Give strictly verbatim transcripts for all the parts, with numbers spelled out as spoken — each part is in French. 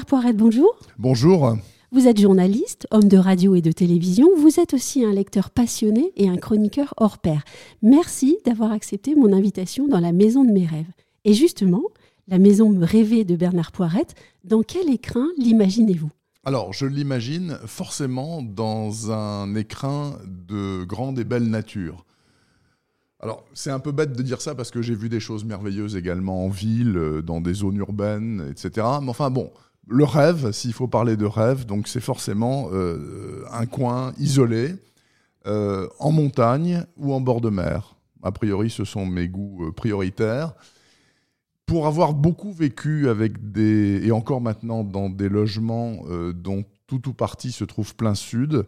Poirette, bonjour. Bonjour. Vous êtes journaliste, homme de radio et de télévision. Vous êtes aussi un lecteur passionné et un chroniqueur hors pair. Merci d'avoir accepté mon invitation dans la maison de mes rêves. Et justement, la maison rêvée de Bernard Poirette, dans quel écrin l'imaginez-vous ? Alors, je l'imagine forcément dans un écrin de grande et belle nature. Alors, c'est un peu bête de dire ça parce que j'ai vu des choses merveilleuses également en ville, dans des zones urbaines, et cetera. Mais enfin bon, le rêve, s'il faut parler de rêve, donc c'est forcément euh, un coin isolé, euh, en montagne ou en bord de mer. A priori, ce sont mes goûts euh, prioritaires. Pour avoir beaucoup vécu avec des, et encore maintenant dans des logements euh, dont tout ou partie se trouve plein sud,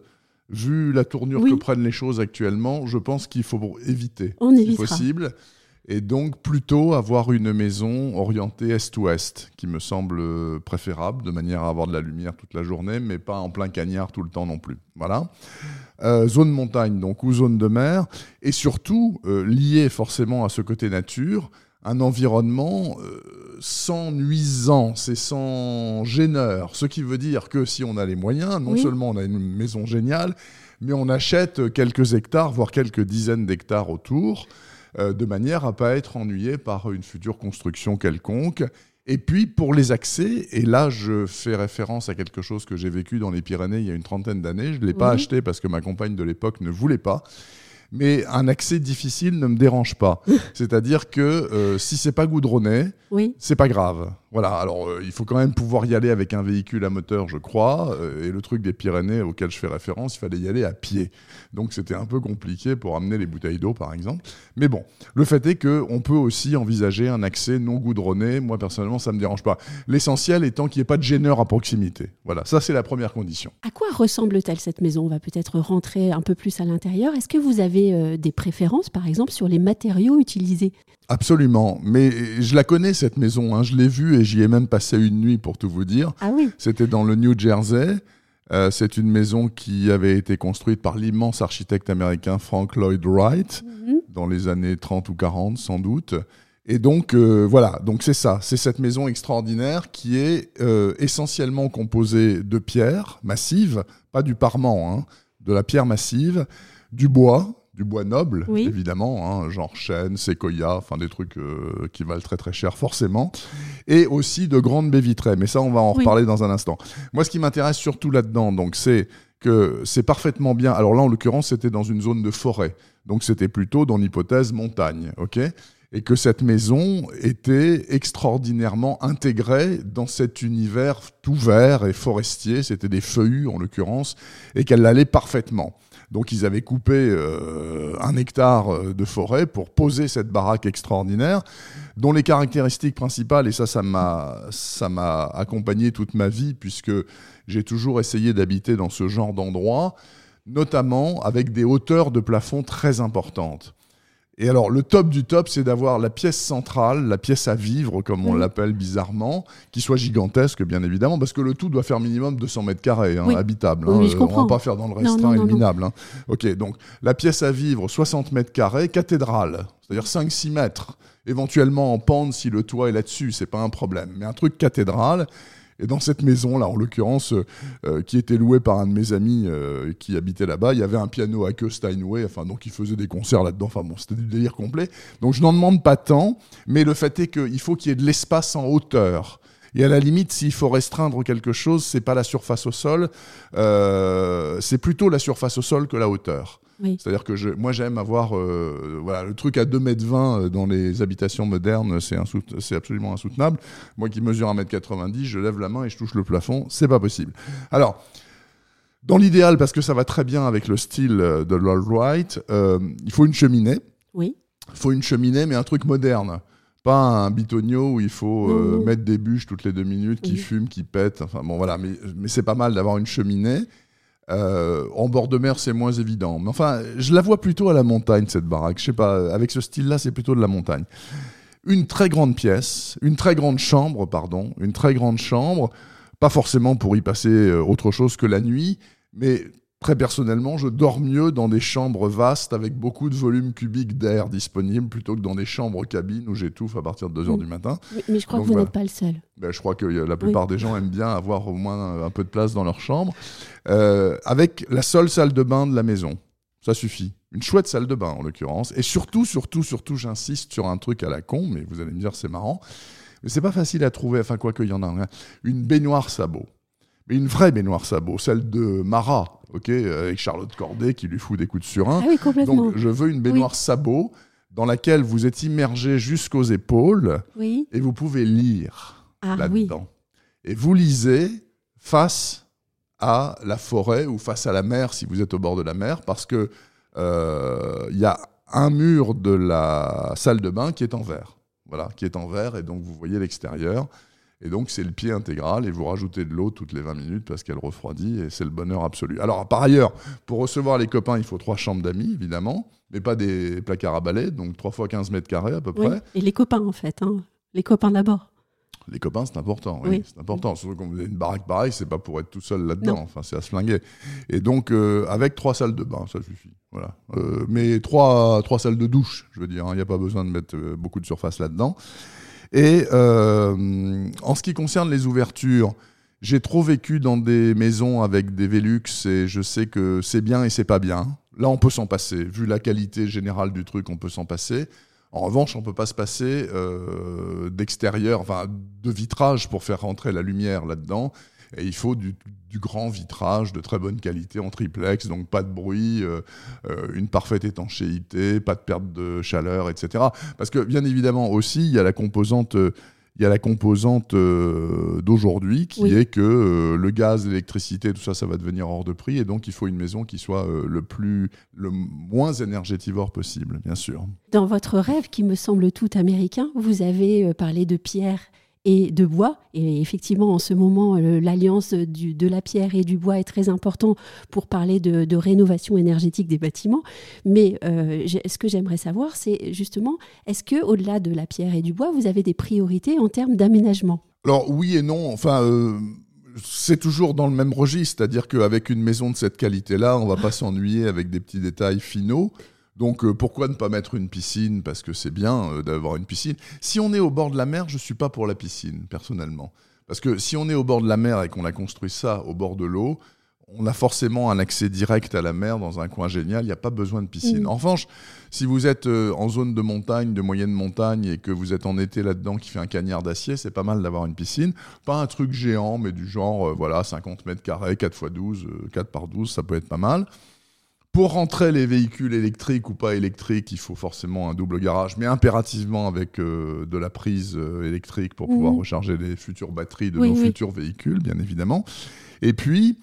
vu la tournure oui. que prennent les choses actuellement, je pense qu'il faut éviter, On si évitera. possible. Et donc plutôt avoir une maison orientée est-ouest, qui me semble préférable, de manière à avoir de la lumière toute la journée, mais pas en plein cagnard tout le temps non plus. Voilà. Euh, zone montagne, donc, ou zone de mer, et surtout, euh, lié forcément à ce côté nature, un environnement euh, sans nuisance et sans gêneur. Ce qui veut dire que si on a les moyens, non oui. seulement on a une maison géniale, mais on achète quelques hectares, voire quelques dizaines d'hectares autour, euh, de manière à ne pas être ennuyé par une future construction quelconque. Et puis pour les accès, et là je fais référence à quelque chose que j'ai vécu dans les Pyrénées il y a une trentaine d'années, je ne l'ai pas oui. acheté parce que ma compagne de l'époque ne voulait pas, mais un accès difficile ne me dérange pas. C'est-à-dire que euh, si c'est pas goudronné, oui. c'est pas grave. Voilà. Alors euh, il faut quand même pouvoir y aller avec un véhicule à moteur, je crois. Euh, et le truc des Pyrénées auquel je fais référence, il fallait y aller à pied. Donc c'était un peu compliqué pour amener les bouteilles d'eau, par exemple. Mais bon, le fait est qu'on peut aussi envisager un accès non goudronné. Moi personnellement, ça me dérange pas. L'essentiel étant qu'il n'y ait pas de gêneur à proximité. Voilà, ça c'est la première condition. À quoi ressemble-t-elle cette maison ? On va peut-être rentrer un peu plus à l'intérieur. Est-ce que vous avez Euh, des préférences, par exemple, sur les matériaux utilisés ? Absolument, mais je la connais cette maison, hein. Je l'ai vue et j'y ai même passé une nuit pour tout vous dire. Ah oui. C'était dans le New Jersey. Euh, c'est une maison qui avait été construite par l'immense architecte américain Frank Lloyd Wright mm-hmm. dans les années trente ou quarante sans doute. Et donc euh, voilà, donc c'est ça, c'est cette maison extraordinaire qui est euh, essentiellement composée de pierres massives, pas du parement, hein, de la pierre massive, du bois, du bois noble, oui. évidemment, hein, genre chêne, séquoia, enfin des trucs euh, qui valent très très cher forcément, et aussi de grandes baies vitrées, mais ça on va en oui. reparler dans un instant. Moi ce qui m'intéresse surtout là-dedans, donc, c'est que c'est parfaitement bien, alors là en l'occurrence c'était dans une zone de forêt, donc c'était plutôt dans l'hypothèse montagne, ok ? Et que cette maison était extraordinairement intégrée dans cet univers tout vert et forestier, c'était des feuillus en l'occurrence, et qu'elle allait parfaitement. Donc ils avaient coupé euh, un hectare de forêt pour poser cette baraque extraordinaire, dont les caractéristiques principales, et ça, ça m'a, ça m'a accompagné toute ma vie, puisque j'ai toujours essayé d'habiter dans ce genre d'endroit, notamment avec des hauteurs de plafond très importantes. Et alors, le top du top, c'est d'avoir la pièce centrale, la pièce à vivre, comme on oui. l'appelle bizarrement, qui soit gigantesque, bien évidemment, parce que le tout doit faire minimum deux cents mètres carrés, hein, oui. habitable. Hein, oui, je euh, comprends. On ne va pas faire dans le restreint non, non, et le non, minable. Hein. Ok, donc la pièce à vivre, soixante mètres carrés, cathédrale, c'est-à-dire cinq à six mètres, éventuellement en pente si le toit est là-dessus, c'est pas un problème. Mais un truc cathédrale. Et dans cette maison-là, en l'occurrence, euh, qui était louée par un de mes amis euh, qui habitait là-bas, il y avait un piano à queue Steinway, enfin, donc il faisait des concerts là-dedans, enfin bon, c'était du délire complet. Donc je n'en demande pas tant, mais le fait est qu'il faut qu'il y ait de l'espace en hauteur. Et à la limite, s'il faut restreindre quelque chose, c'est pas la surface au sol, euh, c'est plutôt la surface au sol que la hauteur. Oui. C'est-à-dire que je, moi, j'aime avoir euh, voilà, le truc à deux mètres vingt dans les habitations modernes, c'est, insout- c'est absolument insoutenable. Moi qui mesure un mètre quatre-vingt-dix, je lève la main et je touche le plafond, c'est pas possible. Alors, dans l'idéal, parce que ça va très bien avec le style de Lloyd Wright, euh, il faut une cheminée. Oui. Il faut une cheminée, mais un truc moderne. Pas un bitonio où il faut euh, mmh. mettre des bûches toutes les deux minutes, qui mmh. fument, qui pètent. Enfin bon, voilà, mais, mais c'est pas mal d'avoir une cheminée. Euh, en bord de mer, c'est moins évident. Mais enfin, je la vois plutôt à la montagne, cette baraque. Je sais pas, avec ce style-là, c'est plutôt de la montagne. Une très grande pièce, une très grande chambre, pardon, une très grande chambre, pas forcément pour y passer autre chose que la nuit, mais Très personnellement, je dors mieux dans des chambres vastes avec beaucoup de volume cubique d'air disponible plutôt que dans des chambres cabines où j'étouffe à partir de deux heures mmh. du matin. Mais, mais je crois Donc, que vous voilà. n'êtes pas le seul. Ben, je crois que la plupart oui. des gens aiment bien avoir au moins un peu de place dans leur chambre. Euh, avec la seule salle de bain de la maison, ça suffit. Une chouette salle de bain en l'occurrence. Et surtout, surtout, surtout, j'insiste sur un truc à la con, mais vous allez me dire c'est marrant. Mais c'est pas facile à trouver, enfin quoi qu'il y en a un. Une baignoire sabot. Mais une vraie baignoire sabot, celle de Marat, okay, avec Charlotte Corday qui lui fout des coups de surin. Ah oui, complètement. Donc je veux une baignoire oui. sabot dans laquelle vous êtes immergé jusqu'aux épaules oui. et vous pouvez lire ah, là-dedans. Oui. Et vous lisez face à la forêt ou face à la mer si vous êtes au bord de la mer, parce que euh, y a un mur de la salle de bain qui est en verre. Voilà, qui est en verre et donc vous voyez l'extérieur. Et donc, c'est le pied intégral et vous rajoutez de l'eau toutes les vingt minutes parce qu'elle refroidit et c'est le bonheur absolu. Alors, par ailleurs, pour recevoir les copains, il faut trois chambres d'amis, évidemment, mais pas des placards à balai, donc trois fois quinze mètres carrés à peu oui. près. Et les copains, en fait, hein. Les copains d'abord. Les copains, c'est important, oui, oui. c'est important. Surtout quand vous avez une baraque pareille, c'est pas pour être tout seul là-dedans, non. enfin, c'est à se flinguer. Et donc, euh, avec trois salles de bain, ça suffit. Voilà. Euh, mais trois, trois salles de douche, je veux dire, il hein, n'y a pas besoin de mettre euh, beaucoup de surface là-dedans. Et euh, en ce qui concerne les ouvertures, j'ai trop vécu dans des maisons avec des Velux et je sais que c'est bien et c'est pas bien. Là, on peut s'en passer. Vu la qualité générale du truc, on peut s'en passer. En revanche, on ne peut pas se passer euh, d'extérieur, enfin de vitrage pour faire rentrer la lumière là-dedans. Et il faut du, du grand vitrage de très bonne qualité en triplex, donc pas de bruit, euh, euh, une parfaite étanchéité, pas de perte de chaleur, et cetera. Parce que bien évidemment aussi, il y a la composante, euh, il y a la composante euh, d'aujourd'hui qui oui. est que euh, le gaz, l'électricité, tout ça, ça va devenir hors de prix. Et donc, il faut une maison qui soit euh, le, plus, le moins énergétivore possible, bien sûr. Dans votre rêve, qui me semble tout américain, vous avez euh, parlé de pierre et de bois. Et effectivement, en ce moment, euh, l'alliance du, de la pierre et du bois est très importante pour parler de, de rénovation énergétique des bâtiments. Mais euh, ce que j'aimerais savoir, c'est justement, est-ce qu'au-delà de la pierre et du bois, vous avez des priorités en termes d'aménagement ? Alors oui et non. Enfin, euh, c'est toujours dans le même registre. C'est-à-dire qu'avec une maison de cette qualité-là, on ne va pas s'ennuyer avec des petits détails finaux. Donc euh, pourquoi ne pas mettre une piscine ? Parce que c'est bien euh, d'avoir une piscine. Si on est au bord de la mer, je ne suis pas pour la piscine, personnellement. Parce que si on est au bord de la mer et qu'on a construit ça au bord de l'eau, on a forcément un accès direct à la mer dans un coin génial, il n'y a pas besoin de piscine. Mmh. En revanche, si vous êtes euh, en zone de montagne, de moyenne montagne, et que vous êtes en été là-dedans qui fait un cagnard d'acier, c'est pas mal d'avoir une piscine. Pas un truc géant, mais du genre euh, voilà, cinquante mètres carrés, quatre par douze, euh, quatre par douze, ça peut être pas mal. Pour rentrer les véhicules électriques ou pas électriques, il faut forcément un double garage, mais impérativement avec euh, de la prise euh, électrique pour mmh. pouvoir recharger les futures batteries de oui, nos oui. futurs véhicules, bien évidemment. Et puis,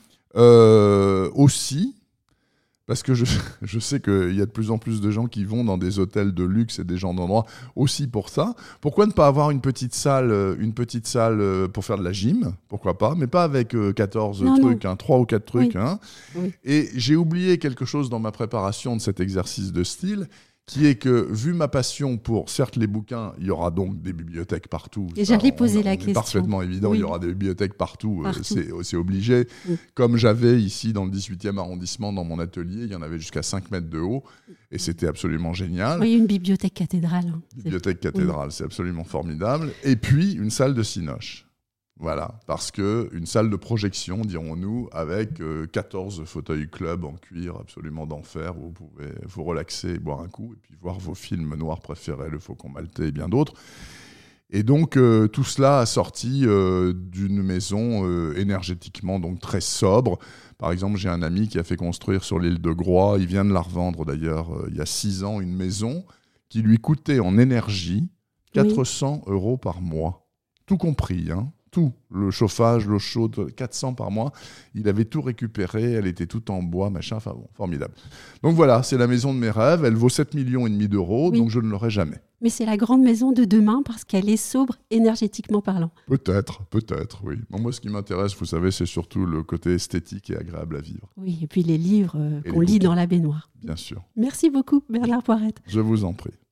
euh, aussi, parce que je, je sais qu'il y a de plus en plus de gens qui vont dans des hôtels de luxe et des gens d'endroit aussi pour ça. Pourquoi ne pas avoir une petite salle, une petite salle pour faire de la gym ? Pourquoi pas ? Mais pas avec euh, quatorze non, trucs, non. Hein, trois ou quatre trucs. Oui. Hein. Oui. Et j'ai oublié quelque chose dans ma préparation de cet exercice de style, qui est que, vu ma passion pour, certes, les bouquins, il y aura donc des bibliothèques partout. Et j'allais poser la question. C'est parfaitement évident, oui. Il y aura des bibliothèques partout, partout. Euh, c'est, c'est obligé. Oui. Comme j'avais ici, dans le dix-huitième arrondissement, dans mon atelier, il y en avait jusqu'à cinq mètres de haut, et c'était absolument génial. Oui, une bibliothèque cathédrale. Hein. Bibliothèque c'est... cathédrale, oui. C'est absolument formidable. Et puis, une salle de cinoche. Voilà, parce qu'une salle de projection, dirons-nous, avec euh, quatorze fauteuils club en cuir absolument d'enfer, où vous pouvez vous relaxer et boire un coup, et puis voir vos films noirs préférés, Le Faucon Maltais et bien d'autres. Et donc, euh, tout cela assorti euh, d'une maison euh, énergétiquement donc très sobre. Par exemple, j'ai un ami qui a fait construire sur l'île de Groix, il vient de la revendre d'ailleurs euh, il y a six ans, une maison qui lui coûtait en énergie quatre cents oui. euros par mois. Tout compris, hein. Tout, le chauffage, l'eau chaude, quatre cents par mois. Il avait tout récupéré, elle était toute en bois, machin, enfin bon, formidable. Donc voilà, c'est la maison de mes rêves, elle vaut sept virgule cinq millions d'euros, oui. Donc je ne l'aurai jamais. Mais c'est la grande maison de demain parce qu'elle est sobre énergétiquement parlant. Peut-être, peut-être, oui. Bon, moi, ce qui m'intéresse, vous savez, c'est surtout le côté esthétique et agréable à vivre. Oui, et puis les livres euh, qu'on lit dans la baignoire. Bien sûr. Merci beaucoup, Bernard Poirette. Je vous en prie.